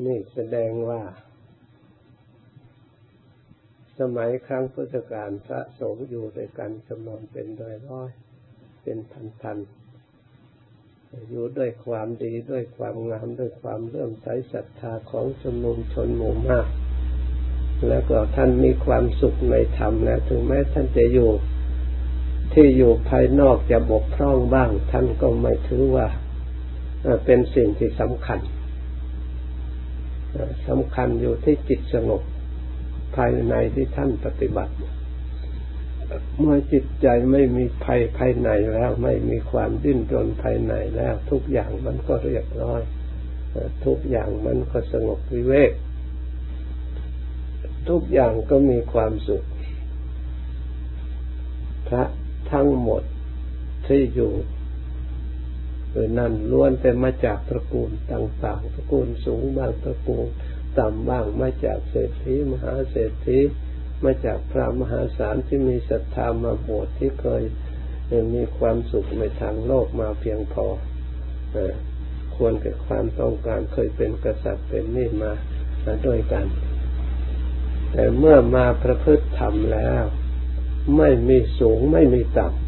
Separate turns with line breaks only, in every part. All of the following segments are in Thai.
นี่แสดงว่าสมัยครั้งพุทธกาลพระสงฆ์อยู่ด้วยกันจำนวนเป็นร้อยๆเป็นพันๆอยู่ด้วยความดีด้วยความงามด้วยความเลื่อมใสศรัทธาของชุมนุมชนหมู่มากแล้วก็ท่านมีความสุขในธรรมนะถึงแม้ท่านจะอยู่ที่อยู่ภายนอกจะบกพร่องบ้างท่านก็ไม่ถือว่าเป็นสิ่งที่สำคัญอยู่ที่จิตสงบภายในที่ท่านปฏิบัติเมื่อจิตใจไม่มีภัยภายในแล้วไม่มีความดิ้นรนภายในแล้วทุกอย่างมันก็เรียบร้อยทุกอย่างมันก็สงบวิเวกทุกอย่างก็มีความสุขพระทั้งหมดที่อยู่นั่นล้วนแต่มาจากตระกูลต่างๆตระกูลสูงบ้างตระกูลต่ำบ้างมาจากเศรษฐีมหาเศรษฐีมาจากพระมหาศาลที่มีศรัทธามาบวชที่เคยมีความสุขในทางโลกมาเพียงพอควรแก่ความต้องการเคยเป็นกษัตริย์เป็นนี่มาด้วยกันแต่เมื่อมาประพฤติธรรมแล้วไม่มีสูงไม่มีต่ำ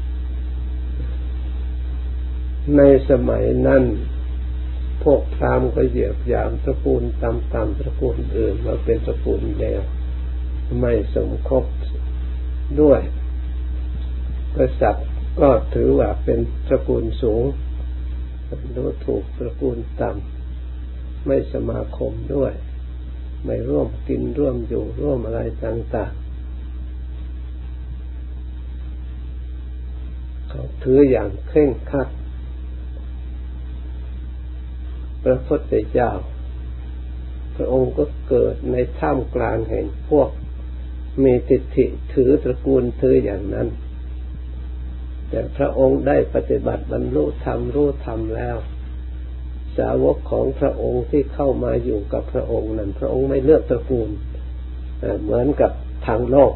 ในสมัยนั้นพวกพราหมณ์ก็เหยียบหยามตระกูลต่ำๆตระกูลอื่นมาเป็นตระกูลเลวไม่สมคบด้วยกษัตริย์ก็ถือว่าเป็นตระกูลสูงดูถูกตระกูลต่ำไม่สมาคมด้วยไม่ร่วมกินร่วมอยู่ร่วมอะไรต่างๆเขาถืออย่างเคร่งครัดพระพุทธเจ้าพระองค์ก็เกิดในท่ามกลางแห่งพวกมีทิฏฐิถือตระกูลถืออย่างนั้นแต่พระองค์ได้ปฏิบัติบรรลุธรรมรู้ธรรมแล้วสาวกของพระองค์ที่เข้ามาอยู่กับพระองค์นั้นพระองค์ไม่เลือกตระกูลเหมือนกับทางโลก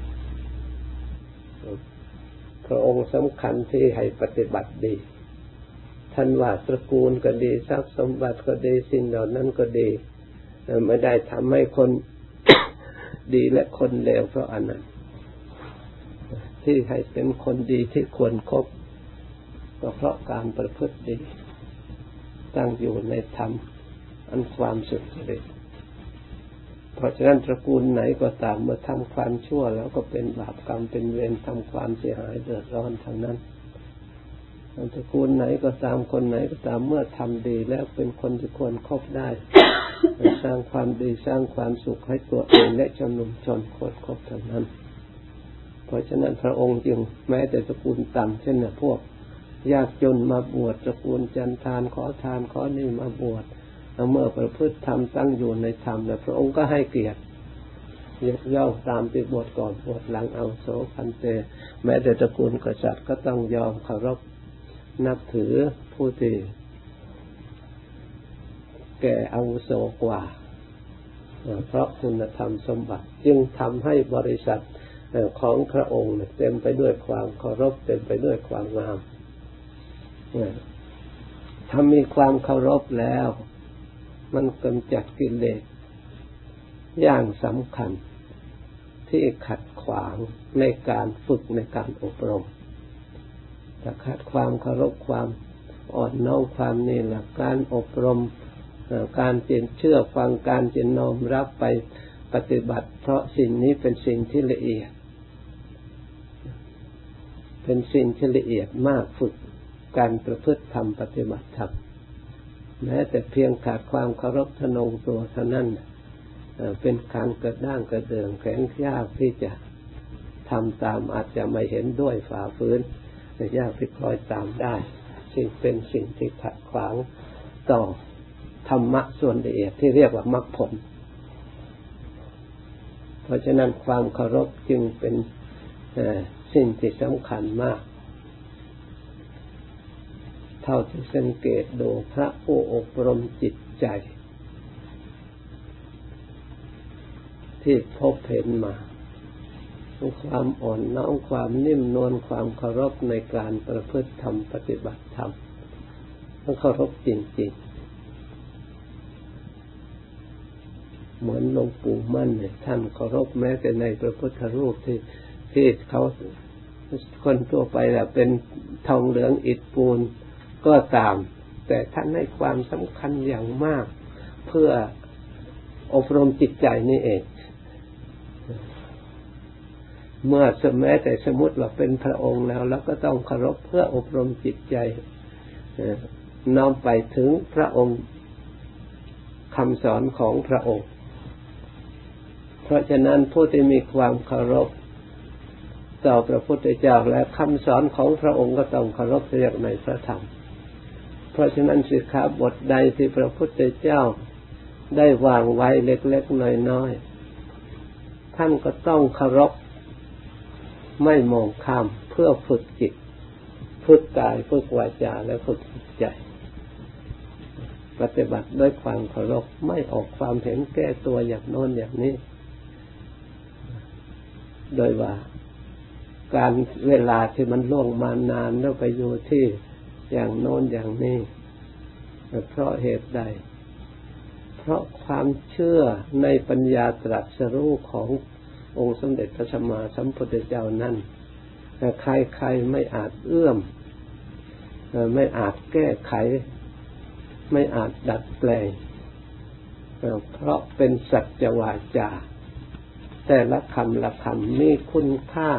พระองค์สำคัญที่ให้ปฏิบัติดีท่านว่าตระกูลก็ดีทรัพย์สมบัติก็ดีสิ่งเหล่านั้นก็ดีไม่ได้ทำให้คน ดีและคนเลวเพราะอันนั้นที่ให้เป็นคนดีที่ควรคบก็เพราะการประพฤติดีตั้งอยู่ในธรรมอันความสุจริตเพราะฉะนั้นตระกูลไหนก็ตามเมื่อทำความชั่วแล้วก็เป็นบาปกรรมเป็นเวรทำความเสียหายเดือดร้อนทั้งนั้นตระกูลไหนก็ตามคนไหนก็ตามเมื่อทำดีแล้วเป็นคนที่ควรคบได้ สร้างความดีสร้างความสุขให้ตัวเองและชุมนุมชนควรคบทั้งนั้นเพราะฉะนั้นพระองค์จึงแม้แต่ตระกูลต่ำเช่นพวกยากจนมาบวชตระกูลจันทานขอทานขอนี่มาบวชเมื่อประพฤติธรรมตั้งอยู่ในธรรมแล้วพระองค์ก็ให้เกียรติยกย่องตามที่บวชก่อนบวชหลังเอาโสพันเตแม้แต่ตระกูลกษัตริย์ก็ต้องยอมเคารพนับถือผู้ที่แก่อาวุโสกว่าเพราะคุณธรรมสมบัติจึงทำให้บริษัทของพระองค์เต็มไปด้วยความเคารพเต็มไปด้วยความงามถ้ามีความเคารพแล้วมันกำจัดกิเลสอย่างสำคัญที่ขัดขวางในการฝึกในการอบรมถ้าขาดความเคารพความอ่อนน้อมความนี่แหละการอบรมการเชื่อฟังการน้อมรับไปปฏิบัติเพราะสิ่งนี้เป็นสิ่งที่ละเอียดเป็นสิ่งที่ละเอียดมากฝึกการประพฤติธรรมปฏิบัติธรรมแม้แต่เพียงขาดความเคารพทนงตัวเท่านั้นเป็นการกระด้างกระเดื่องแข็งยากที่จะทำตามอาจจะไม่เห็นด้วยฝ่าฝืนยากที่คอยตามได้ซึ่งเป็นสิ่งที่ขัดขวางต่อธรรมะส่วนละเอียดที่เรียกว่ามรรคผลเพราะฉะนั้นความเคารพจึงเป็นสิ่งที่สำคัญมากเท่าที่สังเกตดูพระผู้อบรมจิตใจที่พบเห็นมาความอ่อนน้อมความนิ่มนวลความเคารพในการประพฤติธรรมปฏิบัติธรรมต้องเคารพจริงๆเหมือนหลวงปู่มั่นเนี่ยท่านเคารพแม้แต่ในพระพุทธรูปที่เขาคนทั่วไปแหละเป็นทองเหลืองอิฐปูนก็ตามแต่ท่านให้ความสำคัญอย่างมากเพื่ออบรมจิตใจนี่เองเมื่อแม้แต่สมมติว่าเป็นพระองค์แล้วก็ต้องเคารพเพื่ออบรมจิตใจน้อมไปถึงพระองค์คำสอนของพระองค์เพราะฉะนั้นผู้ที่มีความเคารพต่อพระพุทธเจ้าและคำสอนของพระองค์ก็ต้องเคารพเรียกในพระธรรมเพราะฉะนั้นสิกขาบทใดที่พระพุทธเจ้าได้วางไว้เล็กๆน้อยๆท่านก็ต้องเคารพไม่มองข้ามเพื่อฝึกจิตฝึกกายฝึกวาจาและฝึกจิตใจปฏิบัติด้วยความเคารพไม่ออกความเห็นแก้ตัวอย่างโน้นอย่างนี้โดยว่าการเวลาที่มันล่วงมานานแล้วไปอยู่ที่อย่างโน้นอย่างนี้เพราะเหตุใดเพราะความเชื่อในปัญญาตรัสรู้ขององค์สมเด็จพระสัมมาสัมพุทธเจ้านั้นใครๆไม่อาจเอื้อมไม่อาจแก้ไขไม่อาจดัดแปลงเพราะเป็นสัจวาจาแต่ละคำละคำมีคุณค่า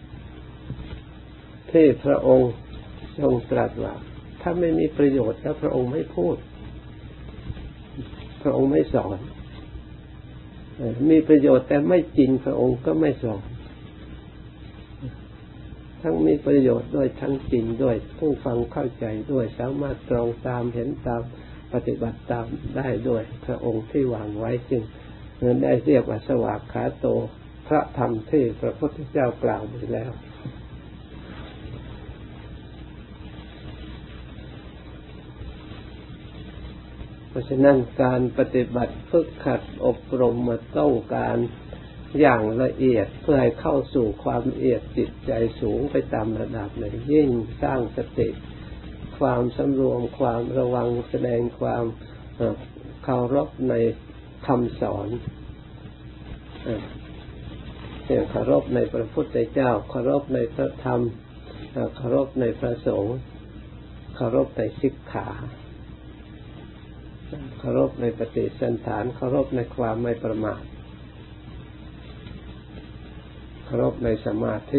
ที่พระองค์ทรงตรัสว่าถ้าไม่มีประโยชน์แล้วพระองค์ไม่พูดพระองค์ไม่สอนมีประโยชน์แต่ไม่จริงพระองค์ก็ไม่สอนทั้งมีประโยชน์ด้วยทั้งจริงด้วยผู้ฟังเข้าใจด้วยสามารถตรองตามเห็นตามปฏิบัติตามได้ด้วยพระองค์ที่วางไว้จึงได้เรียกว่าสวากขาโตพระธรรมที่พระพุทธเจ้ากล่าวไว้แล้วเพราะฉะนั้นการปฏิบัติฝึกหัดอบรมมาต้องการอย่างละเอียดเพื่อให้เข้าสู่ความละเอียดจิตใจสูงไปตามระดับเลยยิ่งสร้างสติความสำรวมความระวังแสดงความเคารพในคำสอนเคารพในพระพุทธเจ้าเคารพในพระธรรมเคารพในพระสงฆ์เคารพในสิกขาเคารพในปฏิสันถานเคารพในความไม่ประมาทเคารพในสมาธิ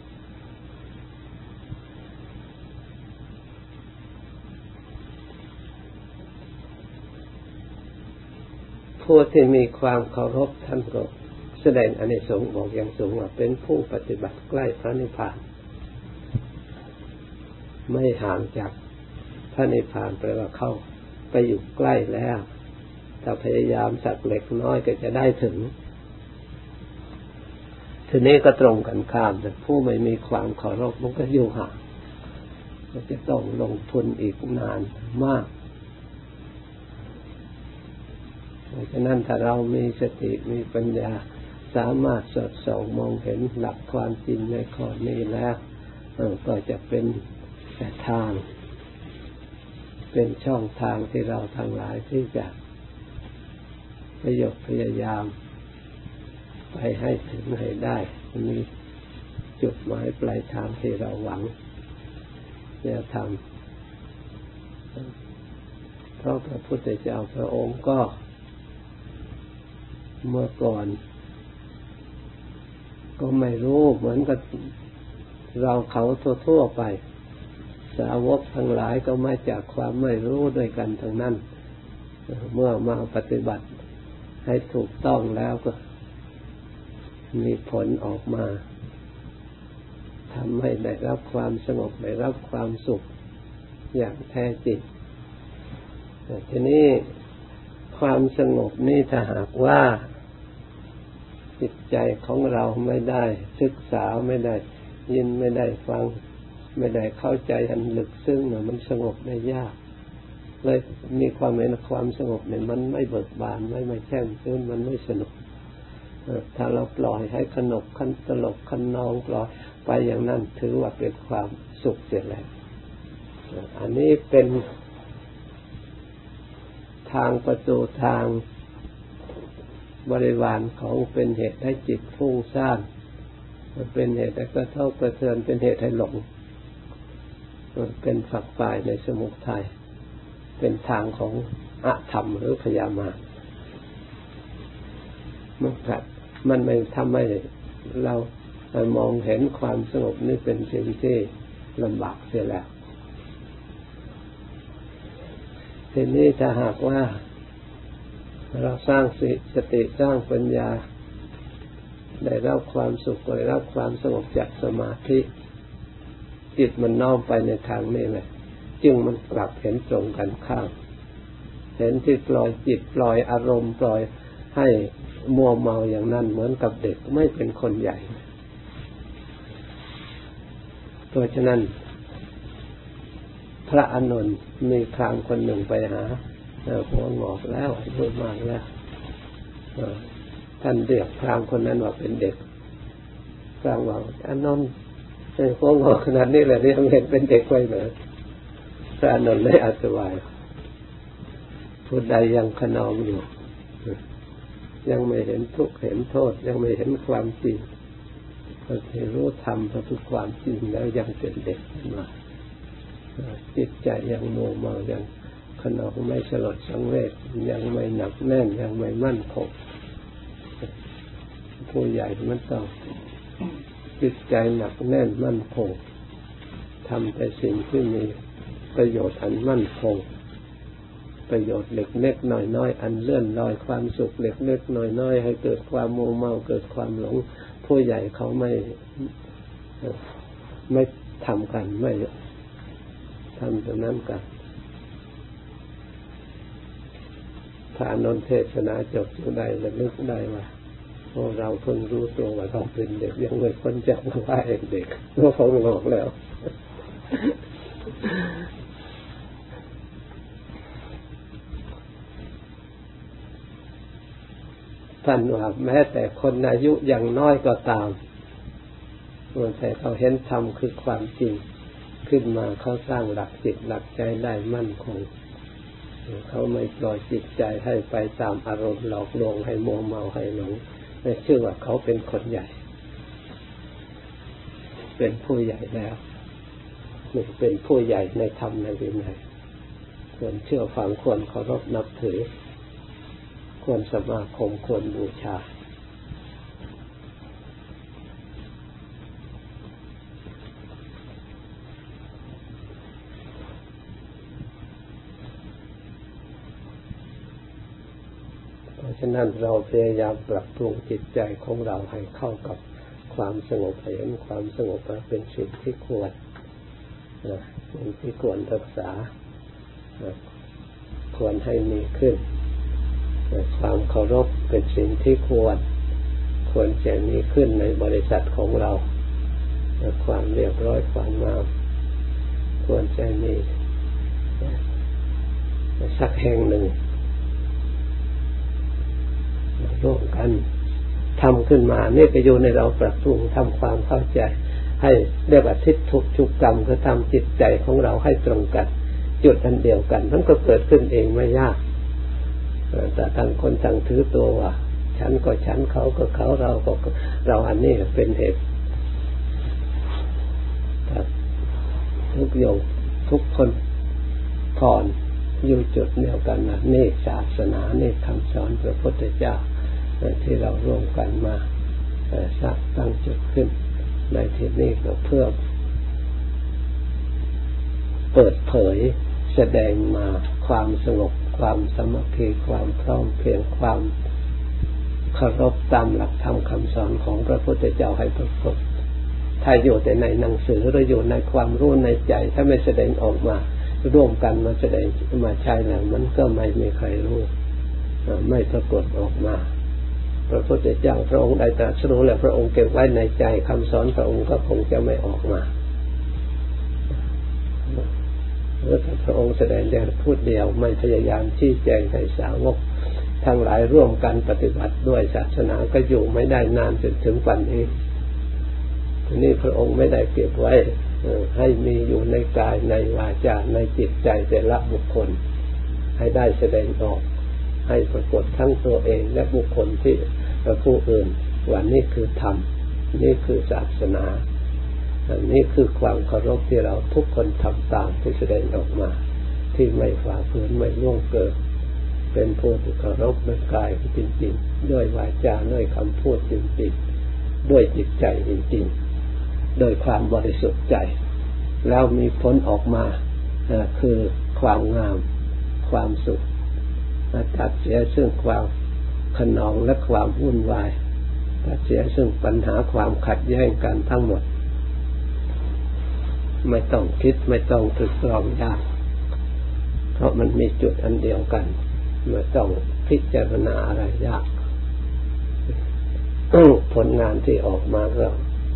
ผู้ที่มีความเคารพท่านก็แสดงอานิสงส์บอกอย่างสูงว่าเป็นผู้ปฏิบัติใกล้พระนิพพานไม่ห่างจากพระนิพพานแปลว่าเข้าไปอยู่ใกล้แล้วถ้าพยายามสักเล็กน้อยก็จะได้ถึงทีนี้ก็ตรงกันข้ามแต่ผู้ไม่มีความเคารพมันก็อยู่ห่างก็จะต้องลงทุนอีกนานมากเพราะฉะนั้นถ้าเรามีสติมีปัญญาสามารถสอดส่องมองเห็นหลักความจริงในข้อนี้แล้วก็จะเป็นทางเป็นช่องทางที่เราทั้งหลายที่จะพยายามไปให้ถึงให้ได้มีจุดหมายปลายทางที่เราหวังจะทำเพราะพระพุทธเจ้าพระองค์ก็เมื่อก่อนก็ไม่รู้เหมือนกับเราเขาทั่วไปสาวกทั้งหลายก็มาจากความไม่รู้ด้วยกันทั้งนั้นเมื่อมาปฏิบัติให้ถูกต้องแล้วก็มีผลออกมาทำให้ได้รับความสงบได้รับความสุขอย่างแท้จริงทีนี้ความสงบนี่ถ้าหากว่าจิตใจของเราไม่ได้ศึกษาไม่ได้ยินไม่ได้ฟังไม่ได้เข้าใจอันลึกซึ้งมันสงบได้ยากเลยมีความเห็นความสงบเนี่ยมันไม่เบิกบานไม่แช่มชื่นมันไม่สนุกถ้าเราปล่อยให้ขนบขันตลกขันนองปล่อยไปอย่างนั้นถือว่าเป็นความสุขเสียแล้วอันนี้เป็นทางประตูทางบริวารของเป็นเหตุให้จิตฟุ้งซ่านเป็นเหตุให้กระทบกระเทือนเป็นเหตุให้หลงเป็นฝักฝ่ายในสมุทัยเป็นทางของอธรรมหรือพยามารมันไม่ทำให้เรามองเห็นความสงบนี่เป็นสิ่งที่ลำบากเสียแล้วทีนี้ถ้าหากว่าเราสร้างสติสร้างปัญญาได้รับความสุขได้รับความสงบจากสมาธิจิตมันน้อมไปในทางนี้แหละจึงมันกลับเห็นตรงกันข้ามเห็นที่ปล่อยจิตปล่อยอารมณ์ปล่อยให้มัวเมาอย่างนั้นเหมือนกับเด็กไม่เป็นคนใหญ่เพราะฉะนั้นพระอานนท์มีพราหมณ์คนหนึ่งไปหาหัวงอกแล้วอายุมากแล้วท่านเรียกพราหมณ์คนนั้นว่าเป็นเด็กพราหมณ์ว่าอานนท์หัวงอกขนาดนี้แหละยังเห็นเป็นเด็กไว้เหรอพระอานนท์เลยอธิบายผู้ใดยังขนองอยู่ยังไม่เห็นทุกข์เห็นโทษยังไม่เห็นความจริงก็ที่รู้ธรรมก็คือความจริงแล้วยังเป็นเด็กมาจิตใจยังมัวเมายังขนองไม่สลดสังเวชยังไม่หนักแน่นยังไม่มั่นคงผู้ใหญ่มันต้องจิตใจหนักแน่นมั่นคงทำแต่สิ่งที่มีประโยชน์อันมั่นคงประโยชน์เล็กๆน้อยๆอันเลื่อนลอยความสุขเล็กๆน้อยๆให้เกิดความมัวเมาเกิดความหลงผู้ใหญ่เขาไม่ทำกันไม่ทำตรงนั้นกันพระอานนท์เทศนาจบอยู่ได้ระลึกได้ว่าเราเพิ่งรู้ตัวว่าเราเป็นเด็กยังไม่พ้นจากว่าเด็กเราคงหลอกแล้วท่านว่าแม้แต่คนอายุอย่างน้อยก็ตามแต่เขาเห็นธรรมคือความจริงขึ้นมาเขาสร้างหลักจิตหลักใจได้มั่นคงเขาไม่ปล่อยจิตใจให้ไปตามอารมณ์หลอกลวงให้มัวเมาให้หลงไม่ชื่อว่าเขาเป็นคนใหญ่เป็นผู้ใหญ่แล้วนี่เป็นผู้ใหญ่ในธรรมในวินัยควรเชื่อฟังควรเคารพนับถือควรสมาคมควรบูชาเพราะฉะนั้นเราพยายามปรับปรุงจิตใจของเราให้เข้ากับความสงบเห็นความสงบเป็นสิ่งที่ควรสิ่งที่ควรรักษาควรให้มีขึ้นความเคารพเป็นสิ่งที่ควรจะมีขึ้นในบริษัทของเราความเรียบร้อยความงามควรจะมีสักแห่งหนึ่งร่วมกันทำขึ้นมานี่ก็อยู่ในเราปรับปรุงทำความเข้าใจให้เรียกว่าทิฏฐุจุกรรมคือทำจิตใจของเราให้ตรงกันจุดอันเดียวกันมันก็เกิดขึ้นเองไม่ยากแต่ต่างคนต่างถือตัวว่าฉันก็ฉันเขาก็เขาเราก็เราอันนี้เป็นเหตุทุกโยงทุกคนก่อนอยู่จุดเดียวกันนะนี่ศาสนานี่คำสอนพระพุทธเจ้าที่เราร่วมกันมาสร้างตั้งจุดขึ้นในที่นี้ก็เพื่อเปิดเผยแสดงมาความสงบความสามัคคีความพร้อมเพรียงความเคารพตามหลักธรรมคำสอนของพระพุทธเจ้าให้ปรากฏถ้าอยู่แต่ในหนังสือหรืออยู่ในความรู้ในใจถ้าไม่แสดงออกมาร่วมกันมาแสดงมาใช้แล้วมันก็ไม่มีใครรู้ไม่ปรากฏออกมาพระพุทธเจ้าพระองค์ได้ตรัสรู้แล้วพระองค์เก็บไว้ในใจคำสอนพระองค์ก็คงจะไม่ออกมาหรือถ้าพระองค์แสดงแต่พูดเดียวไม่พยายามชี้แจงให้สาวกทั้งหลายร่วมกันปฏิบัติด้วยศาสนาก็อยู่ไม่ได้นานจนถึงวันนี้ทีนี้พระองค์ไม่ได้เก็บไว้ให้มีอยู่ในกายในวาจาในจิตใจแต่ละบุคคลให้ได้แสดงออกให้ปรากฏทั้งตัวเองและบุคคลที่ผู้อื่นว่านี่คือธรรมนี่คือศาสนาอันนี้คือความเคารพที่เราทุกคนทำตามที่แสดงออกมาที่ไม่ฝ่าฝืนไม่ล่วงเกินเป็นผู้ที่เคารพด้วยกายจริงๆด้วยวาจาด้วยคำพูดจริงๆด้วยจิตใจจริงๆโดยความบริสุทธิ์ใจแล้วมีผลออกมาคือความงามความสุขตัดเสียซึ่งความขนองและความวุ่นวายตัดเสียซึ่งปัญหาความขัดแย้งกันทั้งหมดไม่ต้องคิดไม่ต้องตรึกตรองยากเพราะมันมีจุดอันเดียวกันไม่ต้องพิจารณาอะไรยากผลงานที่ออกมาก็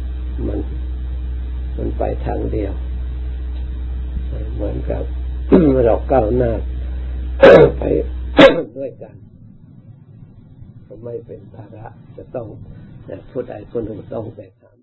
มันไปทางเดียวเหมือนกับ เราก้าวหน้า ไป ด้วยกันก็ไม่เป็นภาระจะต้องผู้ใดคนหนึ่งต้องแบกหาม